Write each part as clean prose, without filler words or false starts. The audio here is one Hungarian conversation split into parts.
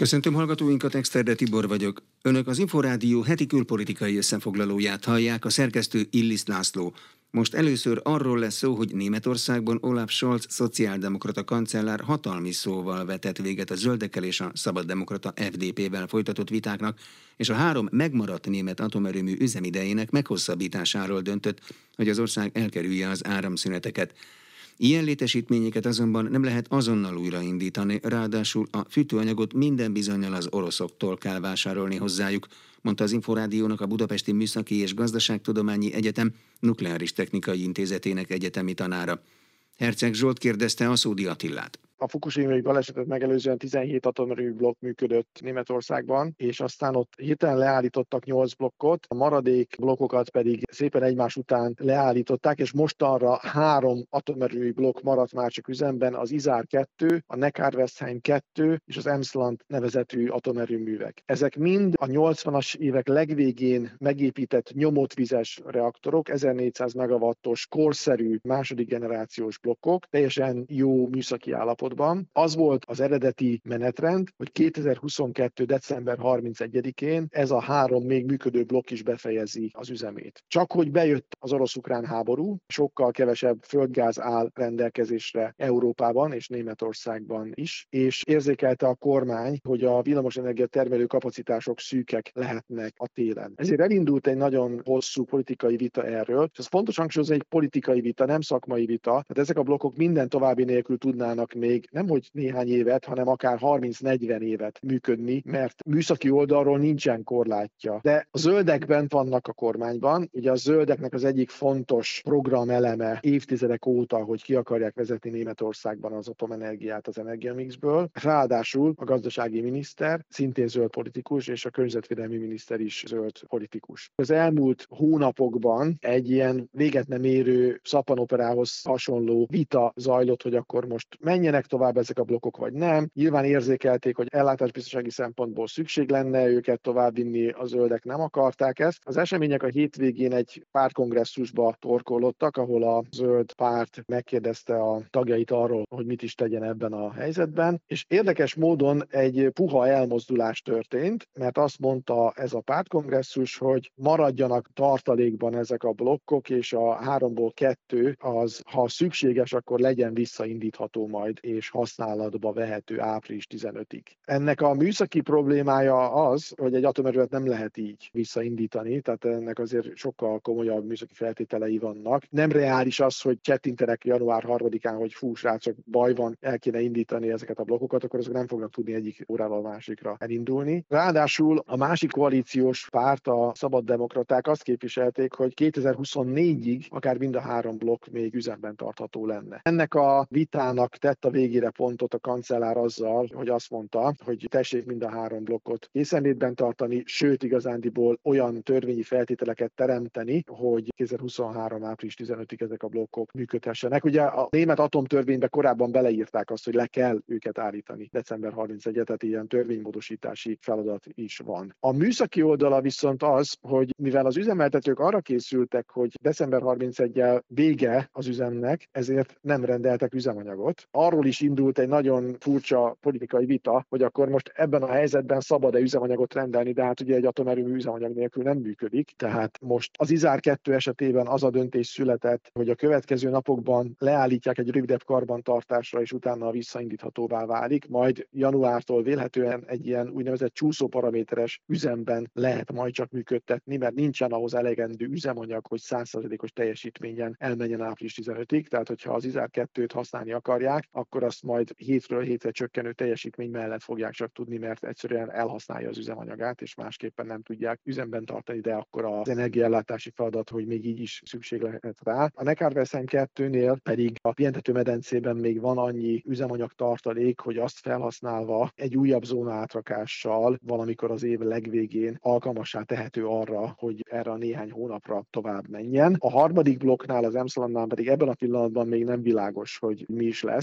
Köszöntöm hallgatóinkat, Exterde Tibor vagyok. Önök az Inforádió heti külpolitikai összefoglalóját hallják, a szerkesztő Illis László. Most először arról lesz szó, hogy Németországban Olaf Scholz szociáldemokrata kancellár hatalmi szóval vetett véget a zöldekkel és a szabaddemokrata FDP-vel folytatott vitáknak, és a 3 megmaradt német atomerőmű üzemidejének meghosszabbításáról döntött, hogy az ország elkerülje az áramszüneteket. Ilyen létesítményeket azonban nem lehet azonnal újraindítani, ráadásul a fűtőanyagot minden bizonnyal az oroszoktól kell vásárolni hozzájuk, mondta az Inforádiónak a Budapesti Műszaki és Gazdaságtudományi Egyetem Nukleáris Technikai Intézetének egyetemi tanára. Herceg Zsolt kérdezte Aszódi Attilát. A fukushimai balesetet megelőzően 17 atomerőmű blokk működött Németországban, és aztán ott hirtelen leállítottak 8 blokkot, a maradék blokkokat pedig szépen egymás után leállították, és mostanra 3 atomerőmű blokk maradt már csak üzemben, az Isar 2, a Neckar-Westheim 2 és az Emsland nevezetű atomerőművek. Ezek mind a 80-as évek legvégén megépített nyomotvizes reaktorok, 1400 megawattos korszerű második generációs blokkok, teljesen jó műszaki állapotban. Az volt az eredeti menetrend, hogy 2022. december 31-én ez a 3 még működő blokk is befejezi az üzemét. Csak hogy bejött az orosz-ukrán háború, sokkal kevesebb földgáz áll rendelkezésre Európában és Németországban is, és érzékelte a kormány, hogy a villamosenergia termelő kapacitások szűkek lehetnek a télen. Ezért elindult egy nagyon hosszú politikai vita erről, és ez fontos hangsúlyozni, egy politikai vita, nem szakmai vita, tehát ezek a blokkok minden további nélkül tudnának még nemhogy néhány évet, hanem akár 30-40 évet működni, mert műszaki oldalról nincsen korlátja. De a zöldek bent vannak a kormányban, ugye a zöldeknek az egyik fontos programeleme évtizedek óta, hogy ki akarják vezetni Németországban az atomenergiát az energiamixből. Ráadásul a gazdasági miniszter szintén zöld politikus, és a környezetvédelmi miniszter is zöld politikus. Az elmúlt hónapokban egy ilyen véget nem érő szappanoperához hasonló vita zajlott, hogy akkor most menjenek tovább ezek a blokkok, vagy nem. Nyilván érzékelték, hogy ellátásbiztonsági szempontból szükség lenne őket továbbvinni, a zöldek nem akarták ezt. Az események a hétvégén egy pártkongresszusba torkollottak, ahol a zöld párt megkérdezte a tagjait arról, hogy mit is tegyen ebben a helyzetben, és érdekes módon egy puha elmozdulás történt, mert azt mondta ez a pártkongresszus, hogy maradjanak tartalékban ezek a blokkok, és a 3-ból 2 az, ha szükséges, akkor legyen visszaindítható majd és használatba vehető április 15-ig. Ennek a műszaki problémája az, hogy egy atomerőt nem lehet így visszaindítani, tehát ennek azért sokkal komolyabb műszaki feltételei vannak. Nem reális az, hogy csettintenek január 3-án, hogy fú, srácok, baj van, el kéne indítani ezeket a blokkokat, akkor azok nem fognak tudni egyik óráról a másikra elindulni. Ráadásul a másik koalíciós párt, a szabaddemokraták azt képviselték, hogy 2024-ig akár mind a 3 blokk még üzemben tartható lenne. Ennek a vitának tett a végére pontot a kancellár azzal, hogy azt mondta, hogy tessék mind a 3 blokkot készenlétben tartani, sőt igazándiból olyan törvényi feltételeket teremteni, hogy 2023. április 15-ig ezek a blokkok működhessenek. Ugye a német atomtörvénybe korábban beleírták azt, hogy le kell őket állítani december 31-et, tehát ilyen törvénymódosítási feladat is van. A műszaki oldala viszont az, hogy mivel az üzemeltetők arra készültek, hogy december 31-jel vége az üzemnek, ezért nem rendeltek üzemanyagot. Arról is indult egy nagyon furcsa politikai vita, hogy akkor most ebben a helyzetben szabad-e üzemanyagot rendelni, de hát ugye egy atomerőmű üzemanyag nélkül nem működik. Tehát most az Isar 2 esetében az a döntés született, hogy a következő napokban leállítják egy rövidebb karbantartásra, és utána visszaindíthatóvá válik, majd januártól vélhetően egy ilyen úgynevezett csúszóparaméteres üzemben lehet majd csak működtetni, mert nincsen ahhoz elegendő üzemanyag, hogy 100%-os teljesítményen elmenjen április 15-ig, tehát hogyha az Isar 2-t használni akarják, akkor azt majd hétről hétre csökkenő teljesítmény mellett fogják csak tudni, mert egyszerűen elhasználja az üzemanyagát, és másképpen nem tudják üzemben tartani, de akkor az energiaellátási feladat, hogy még így is szükség lehet rá. A Neckar-Westheim 2-nél pedig a pihentetőmedencében még van annyi üzemanyag tartalék, hogy azt felhasználva egy újabb zóna átrakással valamikor az év legvégén alkalmassá tehető arra, hogy erre a néhány hónapra tovább menjen. A harmadik blokknál, az Emslandnál pedig ebben a pillanatban még nem világos, hogy mi is lesz, mert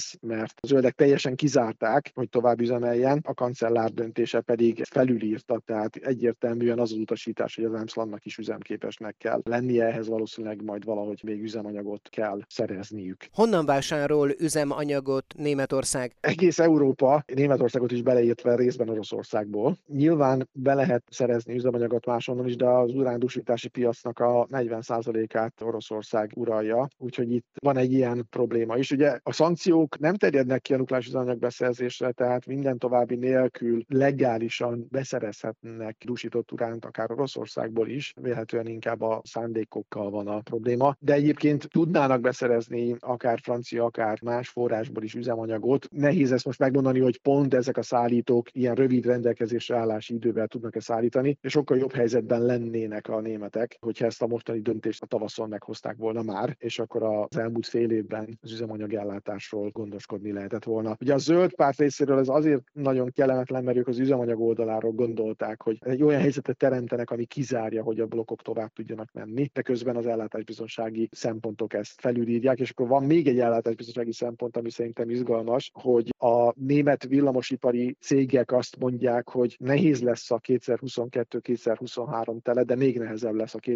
mert a zöldek teljesen kizárták, hogy tovább üzemeljen, a kancellár döntése pedig felülírta, tehát egyértelműen az utasítás, hogy az Emslandnak is üzemképesnek kell lennie, ehhez valószínűleg majd valahogy még üzemanyagot kell szerezniük. Honnan vásárol üzemanyagot Németország? Egész Európa, Németországot is beleértve részben Oroszországból. Nyilván be lehet szerezni üzemanyagot máshonnan is, de az urándúsítási piacnak a 40%-át Oroszország uralja, úgyhogy itt van egy ilyen probléma is. Ugye a szankciók nem terjednek ki a nukleáris üzemanyag beszerzésre, tehát minden további nélkül legálisan beszerezhetnek dúsított uránt akár Oroszországból is, vélhetően inkább a szándékokkal van a probléma, de egyébként tudnának beszerezni akár francia, akár más forrásból is üzemanyagot. Nehéz ezt most megmondani, hogy pont ezek a szállítók ilyen rövid rendelkezésre állási idővel tudnak-e szállítani, és sokkal jobb helyzetben lennének a németek, hogyha ezt a mostani döntést a tavaszon meghozták volna már, és akkor az elmúlt fél évben az üzemanyagellátásról gondoskodni lehetett volna. Ugye a zöld párt részéről ez azért nagyon kellemetlen, mert ők az üzemanyag oldaláról gondolták, hogy egy olyan helyzetet teremtenek, ami kizárja, hogy a blokkok tovább tudjanak menni, de közben az ellátásbiztonsági szempontok ezt felülírják, és akkor van még egy ellátásbiztonsági szempont, ami szerintem izgalmas, hogy a német villamosipari cégek azt mondják, hogy nehéz lesz a 2022-2023 tele, de még nehezebb lesz a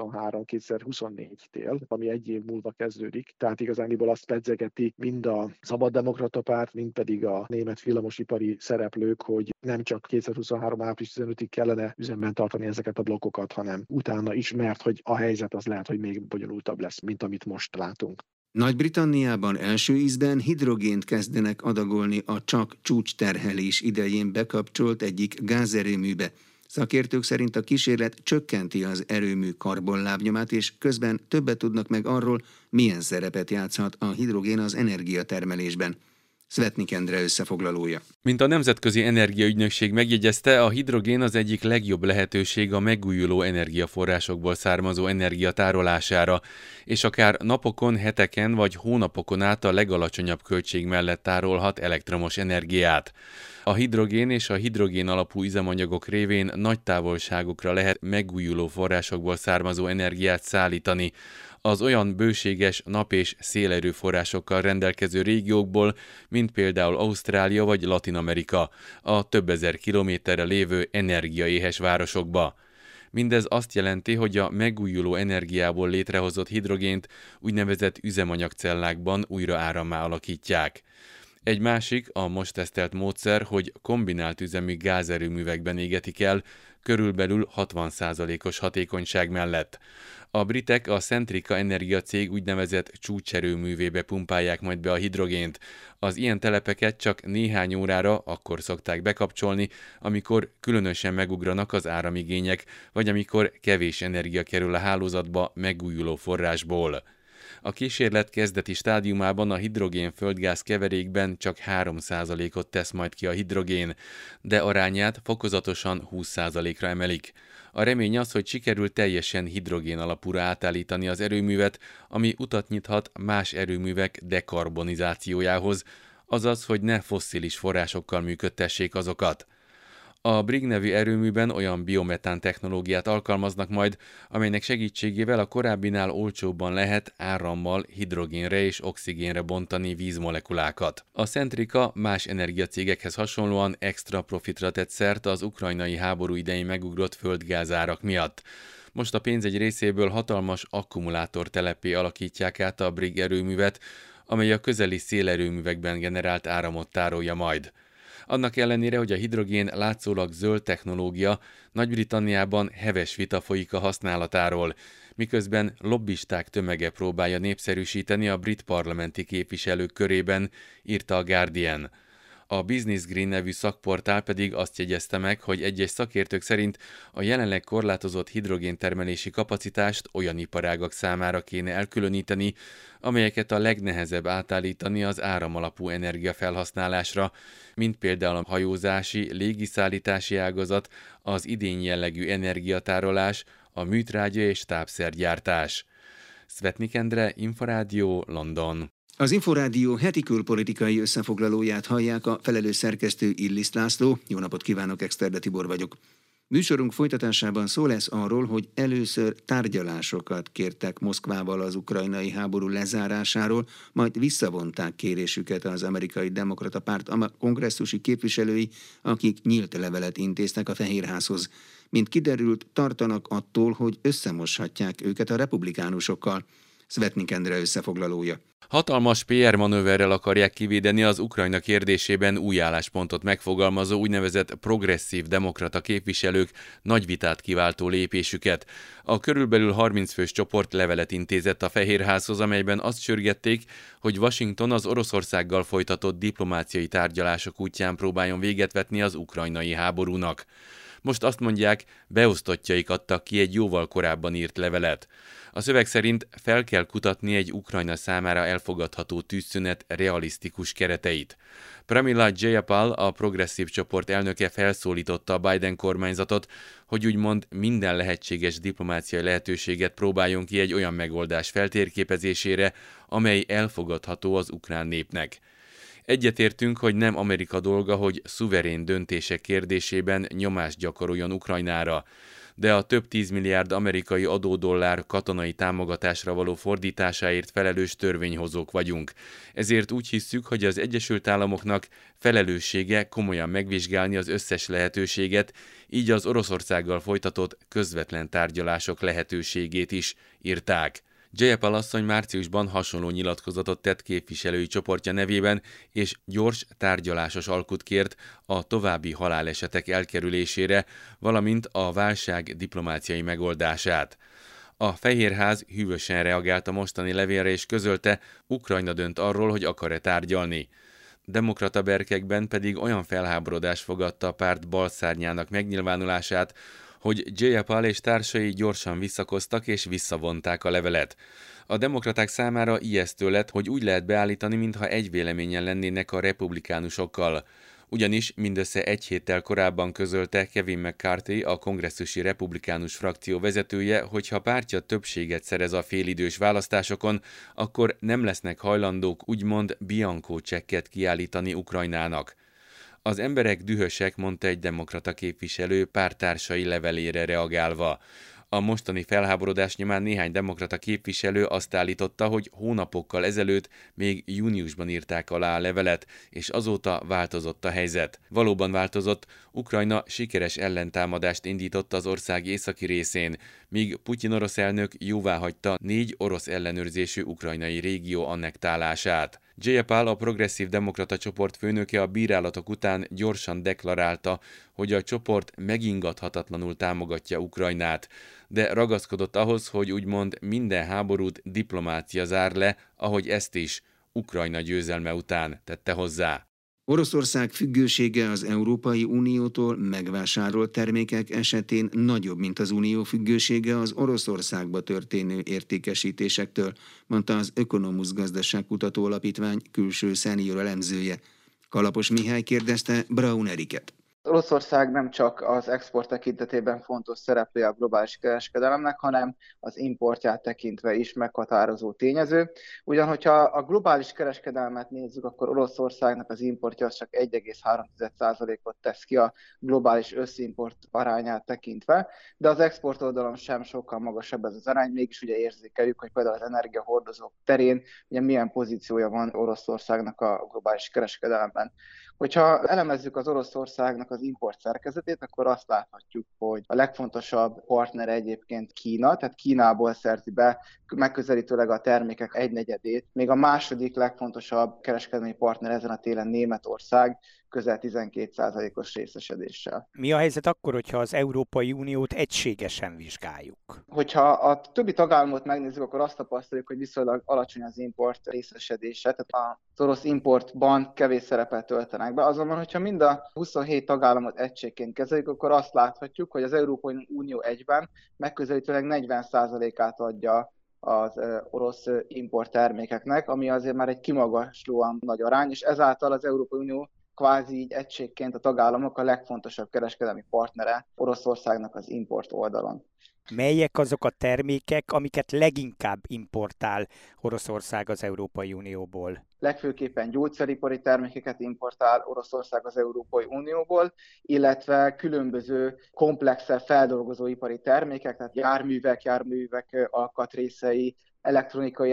2023-2024 tél, ami egy év múlva kezdődik. Tehát igazániból azt pedzegeti mind a Szabaddemokrata Párt, mind pedig a német villamosipari szereplők, hogy nem csak 2023. április 15-ig kellene üzemben tartani ezeket a blokkokat, hanem utána is, mert hogy a helyzet az lehet, hogy még bonyolultabb lesz, mint amit most látunk. Nagy-Britanniában első ízben hidrogént kezdenek adagolni a csak csúcsterhelés idején bekapcsolt egyik gázerőműbe. Szakértők szerint a kísérlet csökkenti az erőmű karbonlábnyomát, és közben többet tudnak meg arról, milyen szerepet játszhat a hidrogén az energiatermelésben. Svetnik Endre összefoglalója. Mint a Nemzetközi Energiaügynökség megjegyezte, a hidrogén az egyik legjobb lehetőség a megújuló energiaforrásokból származó energia tárolására, és akár napokon, heteken vagy hónapokon át a legalacsonyabb költség mellett tárolhat elektromos energiát. A hidrogén és a hidrogén alapú üzemanyagok révén nagy távolságokra lehet megújuló forrásokból származó energiát szállítani, az olyan bőséges nap- és szélerőforrásokkal rendelkező régiókból, mint például Ausztrália vagy Latin-Amerika, a több ezer kilométerre lévő energiaéhes városokba. Mindez azt jelenti, hogy a megújuló energiából létrehozott hidrogént úgynevezett üzemanyagcellákban újra árammá alakítják. Egy másik, a most tesztelt módszer, hogy kombinált üzemű gázerőművekben égetik el, körülbelül 60%-os hatékonyság mellett. A britek a Centrica Energia cég úgynevezett csúcserőművébe pumpálják majd be a hidrogént. Az ilyen telepeket csak néhány órára akkor szokták bekapcsolni, amikor különösen megugranak az áramigények, vagy amikor kevés energia kerül a hálózatba megújuló forrásból. A kísérlet kezdeti stádiumában a hidrogén-földgáz keverékben csak 3%-ot tesz majd ki a hidrogén, de arányát fokozatosan 20%-ra emelik. A remény az, hogy sikerül teljesen hidrogén alapúra átállítani az erőművet, ami utat nyithat más erőművek dekarbonizációjához, azaz, hogy ne fosszilis forrásokkal működtessék azokat. A Brigg nevű erőműben olyan biometán technológiát alkalmaznak majd, amelynek segítségével a korábbinál olcsóbban lehet árammal hidrogénre és oxigénre bontani vízmolekulákat. A Centrica más energiacégekhez hasonlóan extra profitra tett szert az ukrajnai háború idején megugrott földgázárak miatt. Most a pénz egy részéből hatalmas akkumulátorteleppé alakítják át a Brigg erőművet, amely a közeli szélerőművekben generált áramot tárolja majd. Annak ellenére, hogy a hidrogén látszólag zöld technológia, Nagy-Britanniában heves vita folyik a használatáról, miközben lobbisták tömege próbálja népszerűsíteni a brit parlamenti képviselők körében, írta a Guardian. A Business Green nevű szakportál pedig azt jegyezte meg, hogy egyes szakértők szerint a jelenleg korlátozott hidrogéntermelési kapacitást olyan iparágak számára kéne elkülöníteni, amelyeket a legnehezebb átállítani az áramalapú energiafelhasználásra, mint például a hajózási, légiszállítási ágazat, az idény jellegű energiatárolás, a műtrágya és tápszergyártás. Svetnik Endre, Inforádió, London. Az Inforádió heti külpolitikai összefoglalóját hallják, a felelős szerkesztő Illis László. Jó napot kívánok, Exterde Tibor vagyok. Műsorunk folytatásában szó lesz arról, hogy először tárgyalásokat kértek Moszkvával az ukrajnai háború lezárásáról, majd visszavonták kérésüket az amerikai demokrata párt kongresszusi képviselői, akik nyílt levelet intéztek a Fehérházhoz. Mint kiderült, tartanak attól, hogy összemoshatják őket a republikánusokkal. Szvetnik Endre összefoglalója. Hatalmas PR manőverrel akarják kivédeni az Ukrajna kérdésében új álláspontot megfogalmazó úgynevezett progresszív demokrata képviselők nagy vitát kiváltó lépésüket. A körülbelül 30 fős csoport levelet intézett a Fehérházhoz, amelyben azt sürgették, hogy Washington az Oroszországgal folytatott diplomáciai tárgyalások útján próbáljon véget vetni az ukrajnai háborúnak. Most azt mondják, beosztottjaik adtak ki egy jóval korábban írt levelet. A szöveg szerint fel kell kutatni egy Ukrajna számára elfogadható tűzszünet realisztikus kereteit. Pramila Jayapal, a progresszív csoport elnöke felszólította a Biden kormányzatot, hogy úgymond minden lehetséges diplomáciai lehetőséget próbáljon ki egy olyan megoldás feltérképezésére, amely elfogadható az ukrán népnek. Egyetértünk, hogy nem Amerika dolga, hogy szuverén döntések kérdésében nyomást gyakoroljon Ukrajnára, de a több 10 milliárd amerikai adódollár katonai támogatásra való fordításáért felelős törvényhozók vagyunk. Ezért úgy hisszük, hogy az Egyesült Államoknak felelőssége komolyan megvizsgálni az összes lehetőséget, így az Oroszországgal folytatott közvetlen tárgyalások lehetőségét is, írták. Jayapal asszony márciusban hasonló nyilatkozatot tett képviselői csoportja nevében, és gyors tárgyalásos alkut kért a további halálesetek elkerülésére, valamint a válság diplomáciai megoldását. A Fehérház hűvösen reagált a mostani levélre és közölte, Ukrajna dönt arról, hogy akar-e tárgyalni. Demokrata berkekben pedig olyan felháborodás fogadta a párt balszárnyának megnyilvánulását, hogy Jayapal és társai gyorsan visszakoztak és visszavonták a levelet. A demokraták számára ijesztő lett, hogy úgy lehet beállítani, mintha egy véleményen lennének a republikánusokkal. Ugyanis mindössze egy héttel korábban közölte Kevin McCarthy, a kongresszusi republikánus frakció vezetője, hogy ha pártja többséget szerez a félidős választásokon, akkor nem lesznek hajlandók úgymond bianco csekket kiállítani Ukrajnának. Az emberek dühösek, mondta egy demokrata képviselő párttársai levelére reagálva. A mostani felháborodás nyomán néhány demokrata képviselő azt állította, hogy hónapokkal ezelőtt még júniusban írták alá a levelet, és azóta változott a helyzet. Valóban változott, Ukrajna sikeres ellentámadást indított az ország északi részén, míg Putyin orosz elnök jóváhagyta 4 orosz ellenőrzésű ukrajnai régió annektálását. Jayapal, a progresszív demokrata csoport főnöke a bírálatok után gyorsan deklarálta, hogy a csoport megingathatatlanul támogatja Ukrajnát, de ragaszkodott ahhoz, hogy úgymond minden háborút diplomácia zár le, ahogy ezt is Ukrajna győzelme után tette hozzá. Oroszország függősége az Európai Uniótól megvásárolt termékek esetén nagyobb, mint az Unió függősége az Oroszországba történő értékesítésektől, mondta az Ökonomusz Gazdaságkutató Alapítvány külső szenior elemzője. Kalapos Mihály kérdezte Braun Eriket. Oroszország nem csak az export tekintetében fontos szereplője a globális kereskedelemnek, hanem az importját tekintve is meghatározó tényező. Ugyan, hogyha a globális kereskedelmet nézzük, akkor Oroszországnak az importja az csak 1,3%-ot tesz ki a globális összimport arányát tekintve, de az export oldalon sem sokkal magasabb ez az arány, mégis ugye érzékeljük, hogy például az energiahordozók terén ugye milyen pozíciója van Oroszországnak a globális kereskedelemben. Hogyha elemezzük az Oroszországnak az import szerkezetét, akkor azt láthatjuk, hogy a legfontosabb partnere egyébként Kína, tehát Kínából szerzi be megközelítőleg a termékek 1/4, még a második legfontosabb kereskedelmi partner ezen a télen Németország, közel 12%-os részesedéssel. Mi a helyzet akkor, hogyha az Európai Uniót egységesen vizsgáljuk? Hogyha a többi tagállamot megnézzük, akkor azt tapasztaljuk, hogy viszonylag alacsony az import részesedése, tehát az orosz importban kevés szerepet töltenek be. Azonban, hogyha mind a 27 tagállamot egységként kezeljük, akkor azt láthatjuk, hogy az Európai Unió egyben megközelítőleg 40%-át adja az orosz importtermékeknek, ami azért már egy kimagaslóan nagy arány, és ezáltal az Európai Unió kvázi így egységként a tagállamok a legfontosabb kereskedelmi partnere Oroszországnak az import oldalon. Melyek azok a termékek, amiket leginkább importál Oroszország az Európai Unióból? Legfőképpen gyógyszeripari termékeket importál Oroszország az Európai Unióból, illetve különböző komplexebb feldolgozóipari termékek, tehát járművek alkatrészei, elektronikai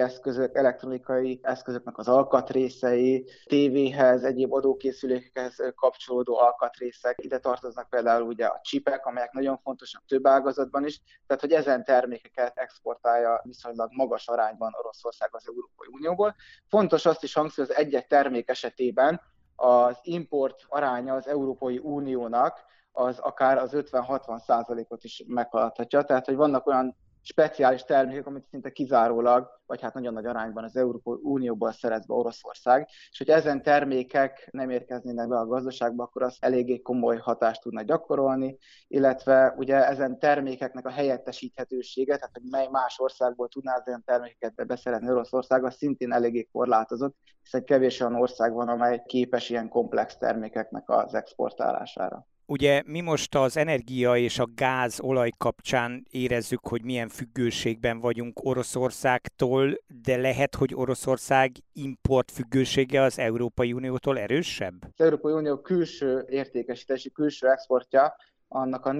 eszközöknek az alkatrészei, tévéhez, egyéb adókészülékekhez kapcsolódó alkatrészek. Ide tartoznak például ugye a csipek, amelyek nagyon fontosak több ágazatban is, tehát hogy ezen termékeket exportálja viszonylag magas arányban Oroszország az Európai Unióból. Fontos azt is hangsúlyozni, hogy egy-egy termék esetében az import aránya az Európai Uniónak az akár az 50-60%-ot is meghaladhatja, tehát hogy vannak olyan speciális termékek, amit szinte kizárólag, vagy hát nagyon nagy arányban az Európai Unióból szerez be Oroszország, és hogy ezen termékek nem érkeznének be a gazdaságba, akkor az eléggé komoly hatást tudna gyakorolni, illetve ugye ezen termékeknek a helyettesíthetősége, tehát hogy mely más országból tudná ezen termékeket beszerezni Oroszország, az szintén eléggé korlátozott, hiszen kevés olyan ország van, amely képes ilyen komplex termékeknek az exportálására. Ugye mi most az energia és a gáz, olaj kapcsán érezzük, hogy milyen függőségben vagyunk Oroszországtól, de lehet, hogy Oroszország import függősége az Európai Uniótól erősebb? Az Európai Unió külső értékesítési, külső exportja annak a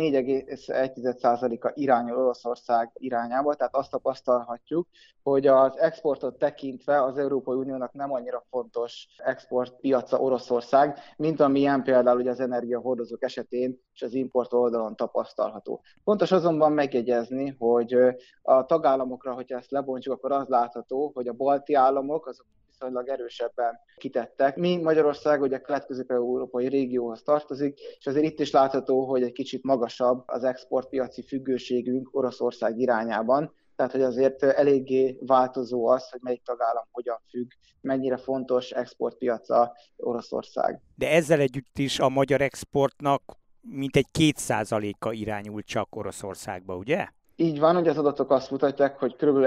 4,1%-a irányul Oroszország irányába, tehát azt tapasztalhatjuk, hogy az exportot tekintve az Európai Uniónak nem annyira fontos exportpiaca Oroszország, mint amilyen például ugye az energiahordozók esetén és az import oldalon tapasztalható. Fontos azonban megjegyezni, hogy a tagállamokra, hogyha ezt lebontjuk, akkor az látható, hogy a balti államok azok viszonylag erősebben kitettek. Mi Magyarország ugye a kelet-közép-európai régióhoz tartozik, és azért itt is látható, hogy egy kicsit magasabb az exportpiaci függőségünk Oroszország irányában. Tehát, hogy azért eléggé változó az, hogy melyik tagállam hogyan függ, mennyire fontos exportpiaca Oroszország. De ezzel együtt is a magyar exportnak mintegy 2%-a irányul csak Oroszországba, ugye? Így van, hogy az adatok azt mutatják, hogy kb.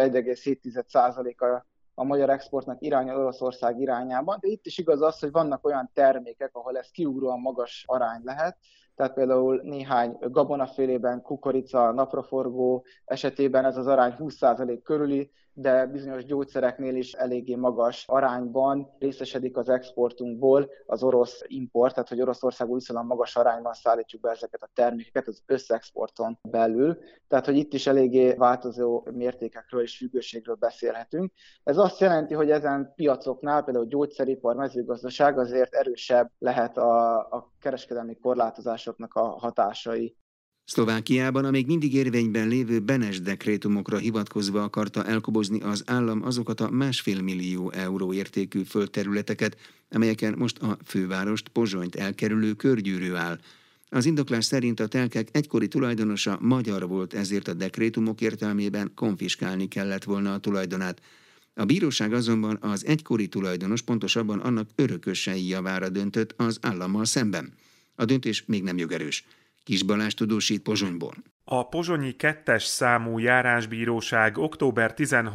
1,7%-a a magyar exportnak irányul Oroszország irányában, de itt is igaz az, hogy vannak olyan termékek, ahol ez kiugróan magas arány lehet, tehát például néhány gabonafélében, kukorica, napraforgó esetében ez az arány 20% körüli, de bizonyos gyógyszereknél is eléggé magas arányban részesedik az exportunkból az orosz import, tehát hogy Oroszországból viszonylag magas arányban szállítjuk be ezeket a termékeket az összexporton belül, tehát hogy itt is eléggé változó mértékekről és függőségről beszélhetünk. Ez azt jelenti, hogy ezen piacoknál, például gyógyszeripar, mezőgazdaság azért erősebb lehet a kereskedelmi korlátozásoknak a hatásai. Szlovákiában a még mindig érvényben lévő Beneš dekrétumokra hivatkozva akarta elkobozni az állam azokat a 1,5 millió euró értékű földterületeket, amelyeken most a fővárost, Pozsonyt elkerülő körgyűrű áll. Az indoklás szerint a telkek egykori tulajdonosa magyar volt, ezért a dekrétumok értelmében konfiskálni kellett volna a tulajdonát. A bíróság azonban az egykori tulajdonos, pontosabban annak örökösei javára döntött az állammal szemben. A döntés még nem jogerős. Kis Balázs tudósít Pozsonyból. A pozsonyi 2-es számú járásbíróság október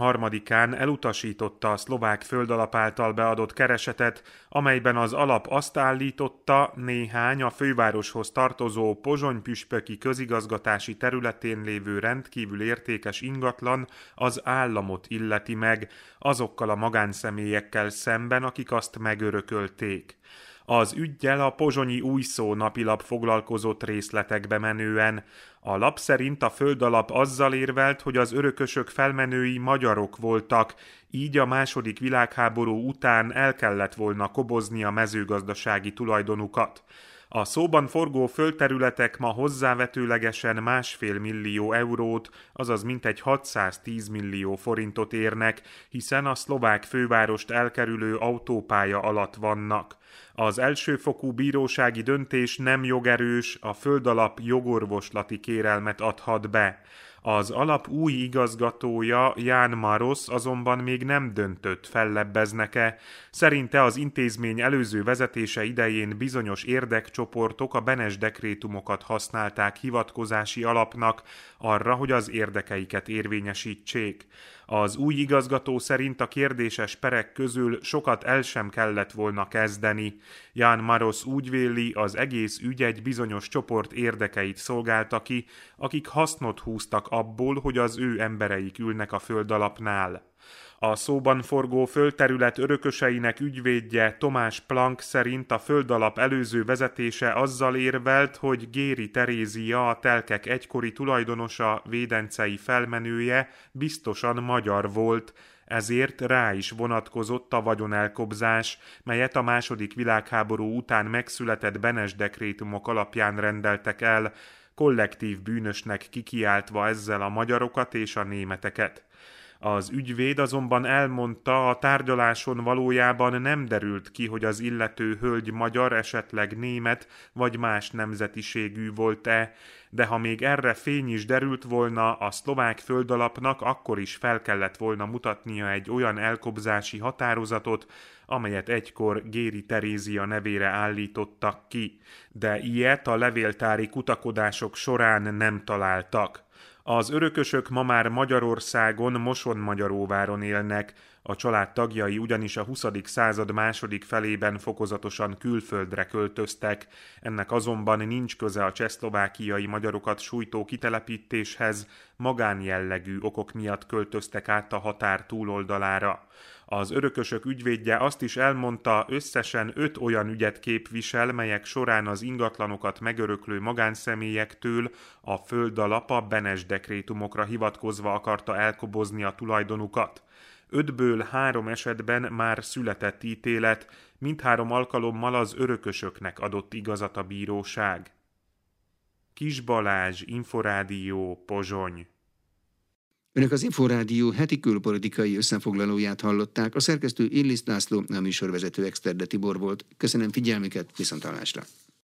13-án elutasította a szlovák földalap által beadott keresetet, amelyben az alap azt állította, néhány a fővároshoz tartozó pozsony-püspöki közigazgatási területén lévő rendkívül értékes ingatlan az államot illeti meg, azokkal a magánszemélyekkel szemben, akik azt megörökölték. Az üggyel a pozsonyi Újszó napilap foglalkozott részletekbe menően. A lap szerint a földalap azzal érvelt, hogy az örökösök felmenői magyarok voltak, így a II. Világháború után el kellett volna kobozni a mezőgazdasági tulajdonukat. A szóban forgó földterületek ma hozzávetőlegesen 1,5 millió eurót, azaz mintegy 610 millió forintot érnek, hiszen a szlovák fővárost elkerülő autópálya alatt vannak. Az elsőfokú bírósági döntés nem jogerős, a földalap jogorvoslati kérelmet adhat be. Az alap új igazgatója, Ján Marosz azonban még nem döntött, fellebbeznek-e. Szerinte az intézmény előző vezetése idején bizonyos érdekcsoportok a Beneš dekrétumokat használták hivatkozási alapnak arra, hogy az érdekeiket érvényesítsék. Az új igazgató szerint a kérdéses perek közül sokat el sem kellett volna kezdeni, segíteni. Jan Marosz úgy véli, az egész ügy egy bizonyos csoport érdekeit szolgálta ki, akik hasznot húztak abból, hogy az ő embereik ülnek a földalapnál. A szóban forgó földterület örököseinek ügyvédje Tomás Plank szerint a földalap előző vezetése azzal érvelt, hogy Géri Terézia, a telkek egykori tulajdonosa, védencei felmenője biztosan magyar volt, ezért rá is vonatkozott a vagyonelkobzás, melyet a II. Világháború után megszületett Benes dekrétumok alapján rendeltek el, kollektív bűnösnek kikiáltva ezzel a magyarokat és a németeket. Az ügyvéd azonban elmondta, a tárgyaláson valójában nem derült ki, hogy az illető hölgy magyar, esetleg német vagy más nemzetiségű volt-e, de ha még erre fény is derült volna, a szlovák földalapnak akkor is fel kellett volna mutatnia egy olyan elkobzási határozatot, amelyet egykor Géri Terézia nevére állítottak ki, de ilyet a levéltári kutakodások során nem találtak. Az örökösök ma már Magyarországon, Mosonmagyaróváron élnek, a család tagjai ugyanis a 20. század második felében fokozatosan külföldre költöztek, ennek azonban nincs köze a csehszlovákiai magyarokat sújtó kitelepítéshez, magánjellegű okok miatt költöztek át a határ túloldalára. Az örökösök ügyvédje azt is elmondta, összesen 5 olyan ügyet képvisel, melyek során az ingatlanokat megöröklő magánszemélyektől a földalap a Benes dekrétumokra hivatkozva akarta elkobozni a tulajdonukat. 5-ből 3 esetben már született ítélet, mindhárom alkalommal az örökösöknek adott igazat a bíróság. Kis Balázs, Inforádió, Pozsony. Önök az Inforádió heti külpolitikai összefoglalóját hallották, a szerkesztő Illis László, a műsorvezető Exterde Tibor volt. Köszönöm figyelmüket, viszonthallásra!